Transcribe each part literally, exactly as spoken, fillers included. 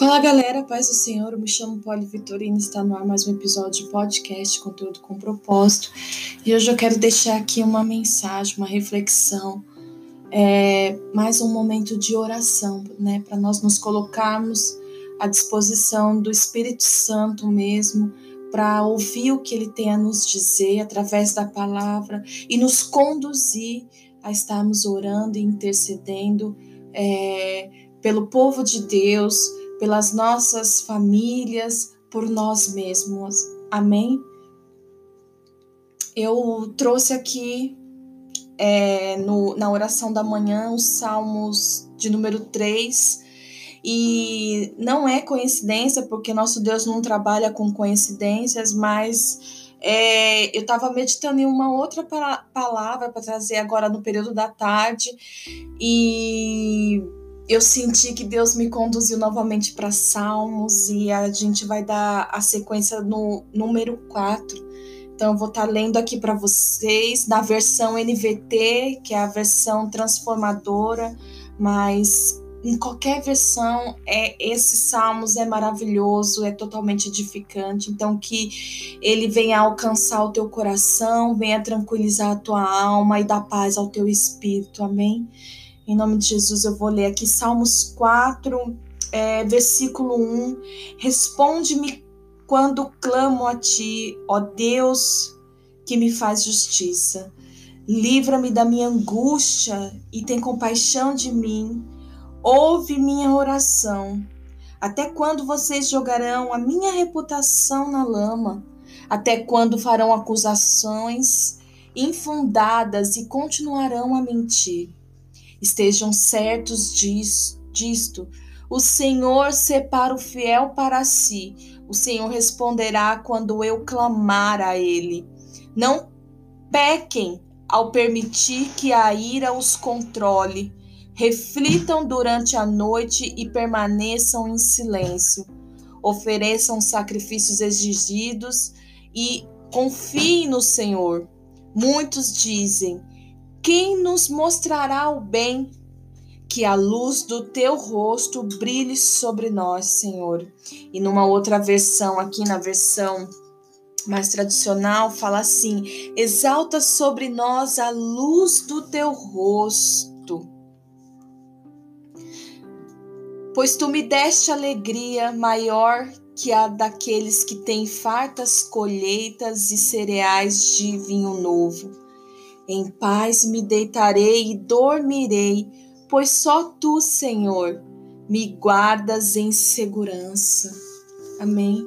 Fala galera, paz do Senhor, eu me chamo Poli Vitorino, está no ar mais um episódio de podcast, conteúdo com propósito, e hoje eu quero deixar aqui uma mensagem, uma reflexão, é, mais um momento de oração, né, para nós nos colocarmos à disposição do Espírito Santo mesmo, para ouvir o que Ele tem a nos dizer através da palavra e nos conduzir a estarmos orando e intercedendo é, pelo povo de Deus, pelas nossas famílias, por nós mesmos. Amém? Eu trouxe aqui é, no, na oração da manhã os Salmos de número três, e não é coincidência, porque nosso Deus não trabalha com coincidências, mas é, eu estava meditando em uma outra pa- palavra para trazer agora no período da tarde, e eu senti que Deus me conduziu novamente para Salmos, e a gente vai dar a sequência no número quatro. Então eu vou estar lendo aqui para vocês na versão N V T, que é a versão transformadora, mas em qualquer versão, é, esse Salmos é maravilhoso, é totalmente edificante. Então que ele venha alcançar o teu coração, venha tranquilizar a tua alma e dar paz ao teu espírito. Amém? Em nome de Jesus, eu vou ler aqui Salmos quatro, é, versículo um. Responde-me quando clamo a ti, ó Deus, que me faz justiça. Livra-me da minha angústia e tem compaixão de mim. Ouve minha oração. Até quando vocês jogarão a minha reputação na lama? Até quando farão acusações infundadas e continuarão a mentir? Estejam certos disto. O Senhor separa o fiel para si. O Senhor responderá quando eu clamar a Ele. Não pequem ao permitir que a ira os controle. Reflitam durante a noite e permaneçam em silêncio. Ofereçam sacrifícios exigidos e confiem no Senhor. Muitos dizem: quem nos mostrará o bem? Que a luz do teu rosto brilhe sobre nós, Senhor. E numa outra versão, aqui na versão mais tradicional, fala assim: exalta sobre nós a luz do teu rosto. Pois tu me deste alegria maior que a daqueles que têm fartas colheitas e cereais de vinho novo. Em paz me deitarei e dormirei, pois só tu, Senhor, me guardas em segurança. Amém.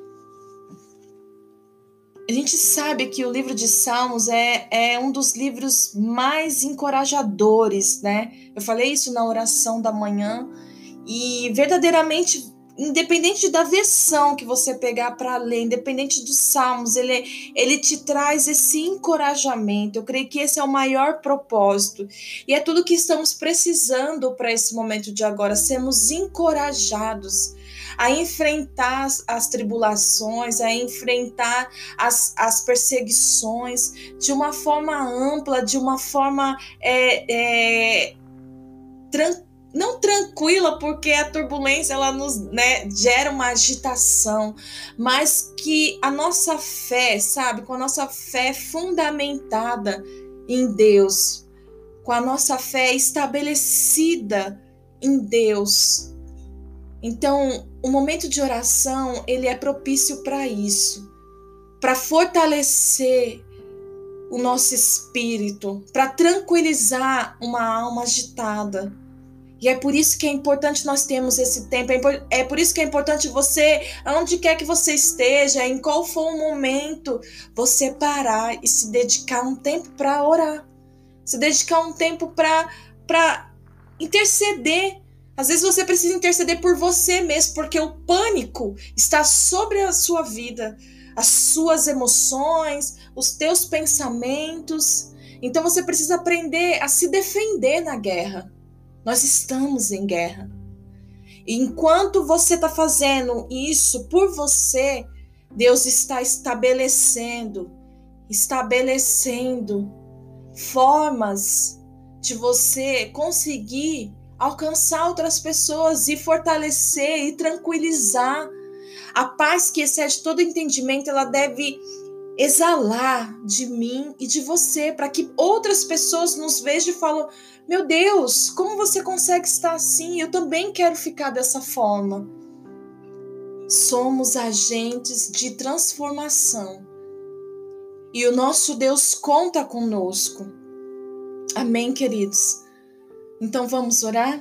A gente sabe que o livro de Salmos é, é um dos livros mais encorajadores, né? Eu falei isso na oração da manhã, e verdadeiramente, independente da versão que você pegar para ler, independente dos Salmos, ele, ele te traz esse encorajamento. Eu creio que esse é o maior propósito. E é tudo que estamos precisando para esse momento de agora, sermos encorajados a enfrentar as, as tribulações, a enfrentar as, as perseguições de uma forma ampla, de uma forma é, é, tranquila. Não tranquila, porque a turbulência ela nos, né, gera uma agitação, mas que a nossa fé, sabe, com a nossa fé fundamentada em Deus, com a nossa fé estabelecida em Deus. Então, o momento de oração, ele é propício para isso, para fortalecer o nosso espírito, para tranquilizar uma alma agitada. E é por isso que é importante nós termos esse tempo, é por isso que é importante você, onde quer que você esteja, em qual for o momento, você parar e se dedicar um tempo para orar, se dedicar um tempo para interceder. Às vezes você precisa interceder por você mesmo, porque o pânico está sobre a sua vida, as suas emoções, os teus pensamentos. Então você precisa aprender a se defender na guerra. Nós estamos em guerra. E enquanto você está fazendo isso por você, Deus está estabelecendo, estabelecendo formas de você conseguir alcançar outras pessoas e fortalecer e tranquilizar. A paz que excede todo entendimento, ela deve exalar de mim e de você, para que outras pessoas nos vejam e falam: meu Deus, como você consegue estar assim? Eu também quero ficar dessa forma. Somos agentes de transformação e o nosso Deus conta conosco. Amém, queridos? Então vamos orar?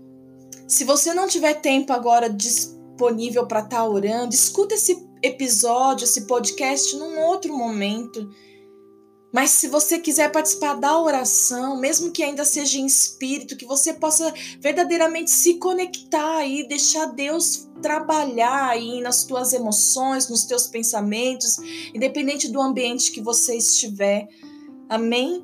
Se você não tiver tempo agora disponível para estar orando, escuta esse episódio, esse podcast num outro momento. Mas se você quiser participar da oração, mesmo que ainda seja em espírito, que você possa verdadeiramente se conectar e deixar Deus trabalhar aí nas tuas emoções, nos teus pensamentos, independente do ambiente que você estiver. Amém?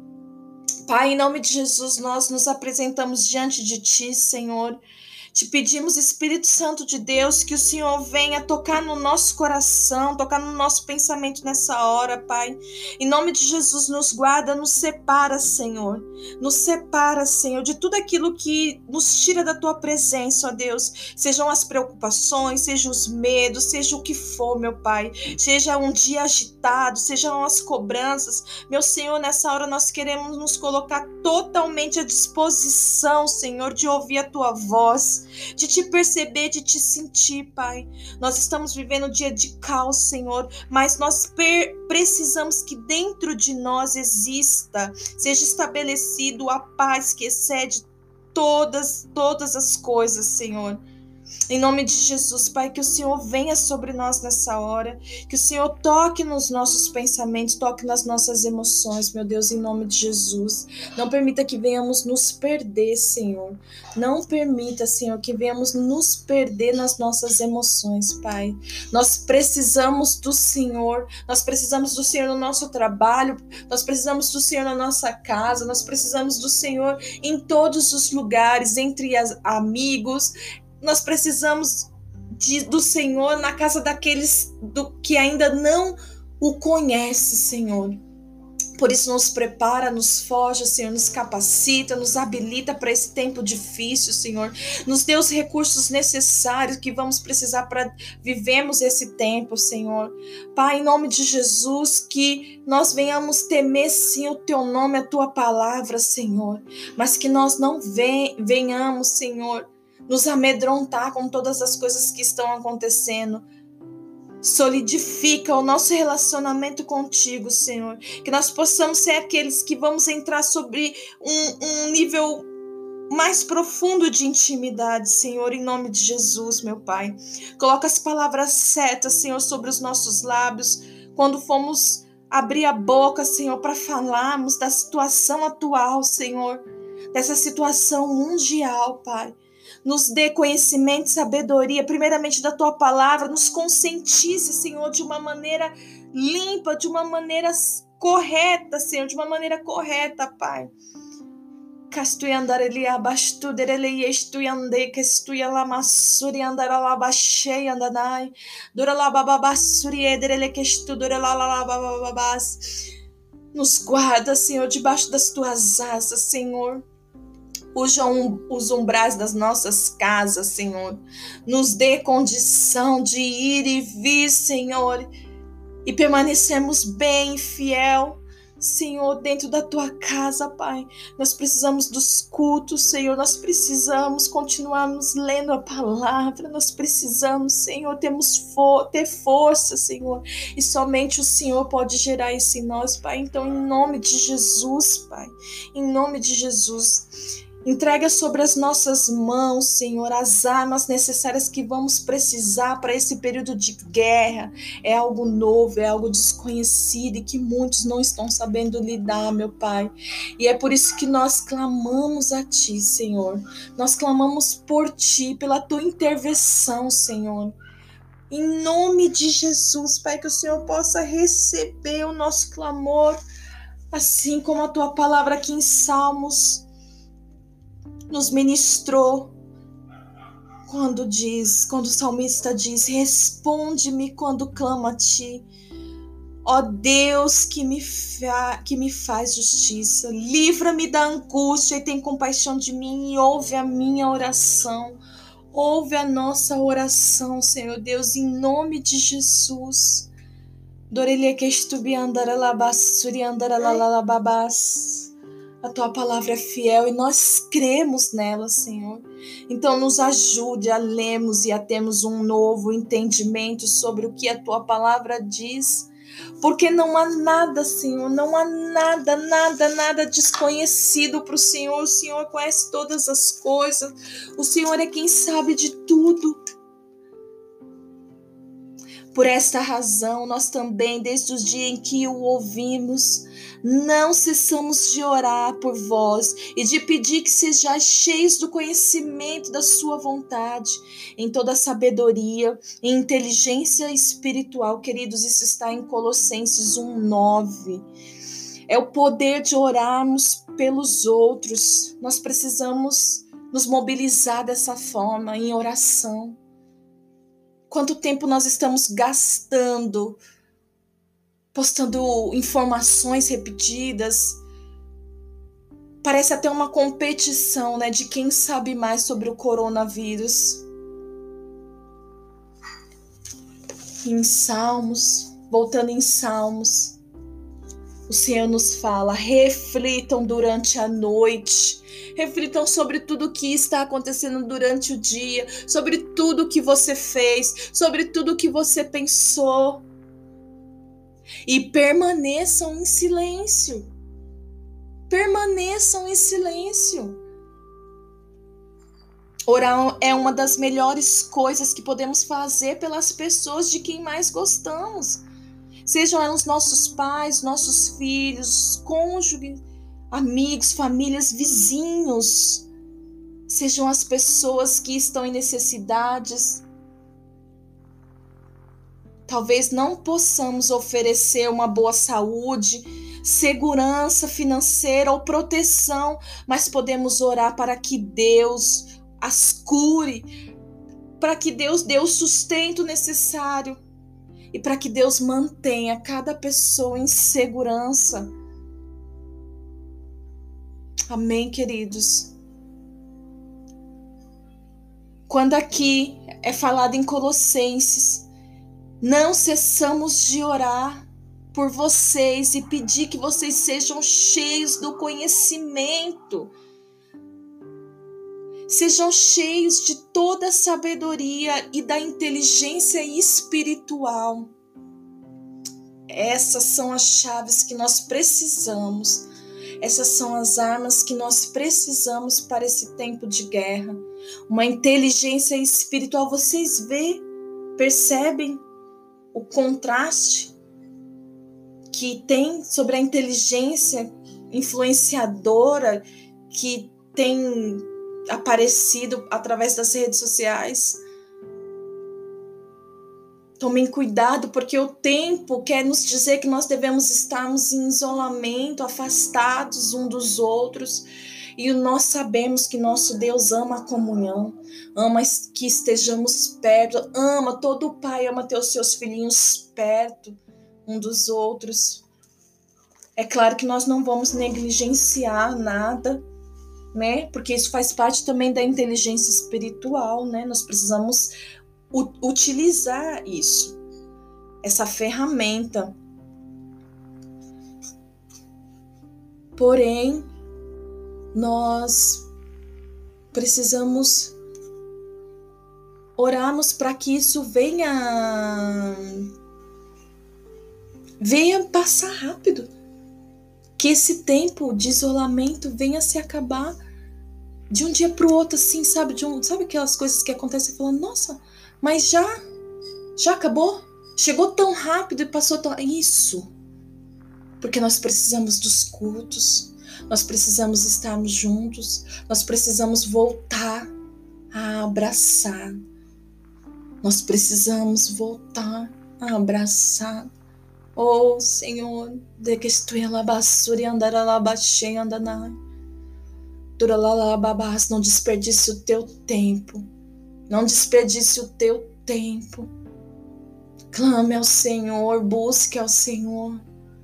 Pai, em nome de Jesus, nós nos apresentamos diante de Ti, Senhor. Te pedimos, Espírito Santo de Deus, que o Senhor venha tocar no nosso coração, tocar no nosso pensamento nessa hora, Pai. Em nome de Jesus, nos guarda, nos separa, Senhor. Nos separa, Senhor, de tudo aquilo que nos tira da Tua presença, ó Deus. Sejam as preocupações, sejam os medos, seja o que for, meu Pai. Seja um dia agitado, sejam as cobranças. Meu Senhor, nessa hora nós queremos nos colocar totalmente à disposição, Senhor, de ouvir a Tua voz, de te perceber, de te sentir, Pai. Nós estamos vivendo um dia de caos, Senhor, mas nós per- precisamos que dentro de nós exista, seja estabelecido a paz que excede todas, todas as coisas, Senhor. Em nome de Jesus, Pai, que o Senhor venha sobre nós nessa hora, que o Senhor toque nos nossos pensamentos, toque nas nossas emoções, meu Deus, em nome de Jesus. Não permita que venhamos nos perder, Senhor. Não permita, Senhor, que venhamos nos perder nas nossas emoções, Pai. Nós precisamos do Senhor, nós precisamos do Senhor no nosso trabalho, nós precisamos do Senhor na nossa casa, nós precisamos do Senhor em todos os lugares, entre as amigos. Nós precisamos de, do Senhor na casa daqueles do, que ainda não o conhecem, Senhor. Por isso nos prepara, nos forja, Senhor, nos capacita, nos habilita para esse tempo difícil, Senhor. Nos dê os recursos necessários que vamos precisar para vivermos esse tempo, Senhor. Pai, em nome de Jesus, que nós venhamos temer, sim, o Teu nome, a Tua palavra, Senhor. Mas que nós não venhamos, Senhor, nos amedrontar com todas as coisas que estão acontecendo. Solidifica o nosso relacionamento contigo, Senhor. Que nós possamos ser aqueles que vamos entrar sobre um, um nível mais profundo de intimidade, Senhor, em nome de Jesus, meu Pai. Coloca as palavras certas, Senhor, sobre os nossos lábios, quando fomos abrir a boca, Senhor, para falarmos da situação atual, Senhor, dessa situação mundial, Pai. Nos dê conhecimento e sabedoria, primeiramente da Tua palavra, nos conscientize, Senhor, de uma maneira limpa, de uma maneira correta, Senhor, de uma maneira correta, Pai. Nos guarda, Senhor, debaixo das Tuas asas, Senhor. Ujam os umbrais das nossas casas, Senhor. Nos dê condição de ir e vir, Senhor, e permanecermos bem, fiel, Senhor, dentro da Tua casa, Pai. Nós precisamos dos cultos, Senhor. Nós precisamos continuarmos lendo a palavra. Nós precisamos, Senhor, temos for- ter força, Senhor. E somente o Senhor pode gerar isso em nós, Pai. Então, em nome de Jesus, Pai, em nome de Jesus, entrega sobre as nossas mãos, Senhor, as armas necessárias que vamos precisar para esse período de guerra. É algo novo, é algo desconhecido e que muitos não estão sabendo lidar, meu Pai. E é por isso que nós clamamos a Ti, Senhor. Nós clamamos por Ti, pela Tua intervenção, Senhor. Em nome de Jesus, Pai, que o Senhor possa receber o nosso clamor, assim como a Tua palavra aqui em Salmos nos ministrou, quando diz, quando o salmista diz: responde-me quando clamo a Ti. Ó Deus que me, fa- que me faz justiça, livra-me da angústia e tem compaixão de mim e ouve a minha oração. Ouve a nossa oração, Senhor Deus, em nome de Jesus. Dorelia que estubi andaralabassuri andaralalababás. A tua palavra é fiel e nós cremos nela, Senhor. Então nos ajude a lermos e a termos um novo entendimento sobre o que a tua palavra diz. Porque não há nada, Senhor, não há nada, nada, nada desconhecido para o Senhor. O Senhor conhece todas as coisas. O Senhor é quem sabe de tudo. Por esta razão, nós também, desde o dia em que o ouvimos, não cessamos de orar por vós e de pedir que sejais cheios do conhecimento da sua vontade, em toda sabedoria e inteligência espiritual. Queridos, isso está em Colossenses um, nove. É o poder de orarmos pelos outros. Nós precisamos nos mobilizar dessa forma, em oração. Quanto tempo nós estamos gastando, postando informações repetidas? Parece até uma competição, né, de quem sabe mais sobre o coronavírus. Em Salmos, voltando em Salmos, o Senhor nos fala: reflitam durante a noite. Reflitam sobre tudo o que está acontecendo durante o dia, sobre tudo que você fez, sobre tudo que você pensou. E permaneçam em silêncio. Permaneçam em silêncio. Orar é uma das melhores coisas que podemos fazer pelas pessoas de quem mais gostamos. Sejam elas nossos pais, nossos filhos, cônjuges, amigos, famílias, vizinhos, sejam as pessoas que estão em necessidades. Talvez não possamos oferecer uma boa saúde, segurança financeira ou proteção, mas podemos orar para que Deus as cure, para que Deus dê o sustento necessário e para que Deus mantenha cada pessoa em segurança. Amém, queridos? Quando aqui é falado em Colossenses, não cessamos de orar por vocês e pedir que vocês sejam cheios do conhecimento, sejam cheios de toda a sabedoria e da inteligência espiritual. Essas são as chaves que nós precisamos. Essas são as armas que nós precisamos para esse tempo de guerra. Uma inteligência espiritual. Vocês veem, percebem o contraste que tem sobre a inteligência influenciadora que tem aparecido através das redes sociais? Tomem cuidado, porque o tempo quer nos dizer que nós devemos estarmos em isolamento, afastados um dos outros. E nós sabemos que nosso Deus ama a comunhão, ama que estejamos perto, ama, todo pai ama ter os seus filhinhos perto um dos outros. É claro que nós não vamos negligenciar nada, né? Porque isso faz parte também da inteligência espiritual, né? Nós precisamos utilizar isso, essa ferramenta. Porém, nós precisamos orarmos para que isso venha venha passar rápido, que esse tempo de isolamento venha se acabar de um dia para o outro, assim, sabe? De um, sabe aquelas coisas que acontecem falando, nossa, mas já, já acabou? Chegou tão rápido e passou tão... Isso, porque nós precisamos dos cultos, nós precisamos estarmos juntos, nós precisamos voltar a abraçar, nós precisamos voltar a abraçar. Oh, Senhor, de que estou em alabassura andar alabaxei andanai. Duralalababás, não desperdice o teu tempo. Não desperdice o teu tempo. Clame ao Senhor, busque ao Senhor.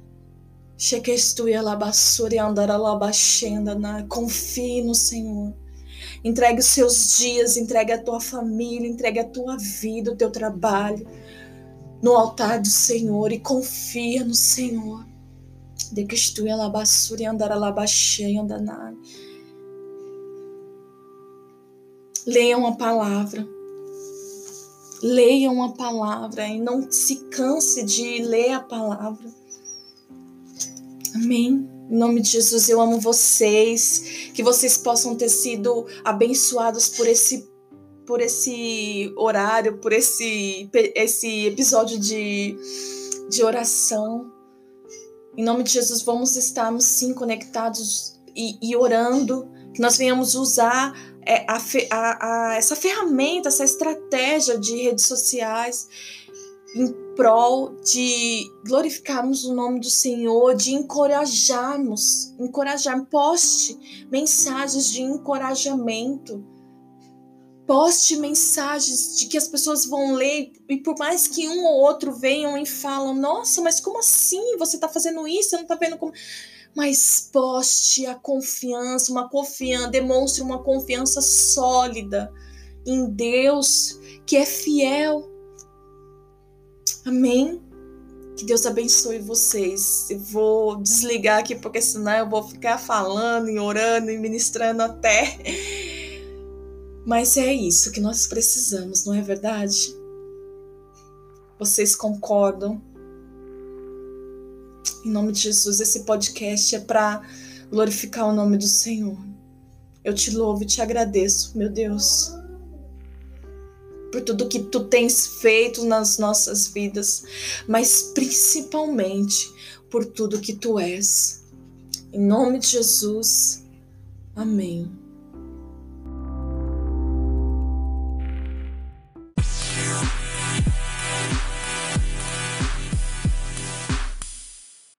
Confie no Senhor. Entregue os seus dias, entregue a tua família, entregue a tua vida, o teu trabalho no altar do Senhor e confia no Senhor. Leiam a palavra. Leiam a palavra e não se canse de ler a palavra. Amém. Em nome de Jesus, eu amo vocês. Que vocês possam ter sido abençoados por esse, por esse horário, por esse, esse episódio de, de oração. Em nome de Jesus, vamos estarmos sim conectados e, e orando. Que nós venhamos usar é, a, a, a, essa ferramenta, essa estratégia de redes sociais em prol de glorificarmos o nome do Senhor, de encorajarmos, encorajar, poste mensagens de encorajamento, poste mensagens de que as pessoas vão ler, e por mais que um ou outro venham e falam, nossa, mas como assim? Você está fazendo isso? Você não está vendo como... Mas poste a confiança, uma confiança, demonstre uma confiança sólida em Deus, que é fiel. Amém? Que Deus abençoe vocês. Eu vou desligar aqui, porque senão eu vou ficar falando e orando e ministrando até. Mas é isso que nós precisamos, não é verdade? Vocês concordam? Em nome de Jesus, esse podcast é para glorificar o nome do Senhor. Eu te louvo e te agradeço, meu Deus, por tudo que tu tens feito nas nossas vidas, mas principalmente por tudo que tu és. Em nome de Jesus, amém.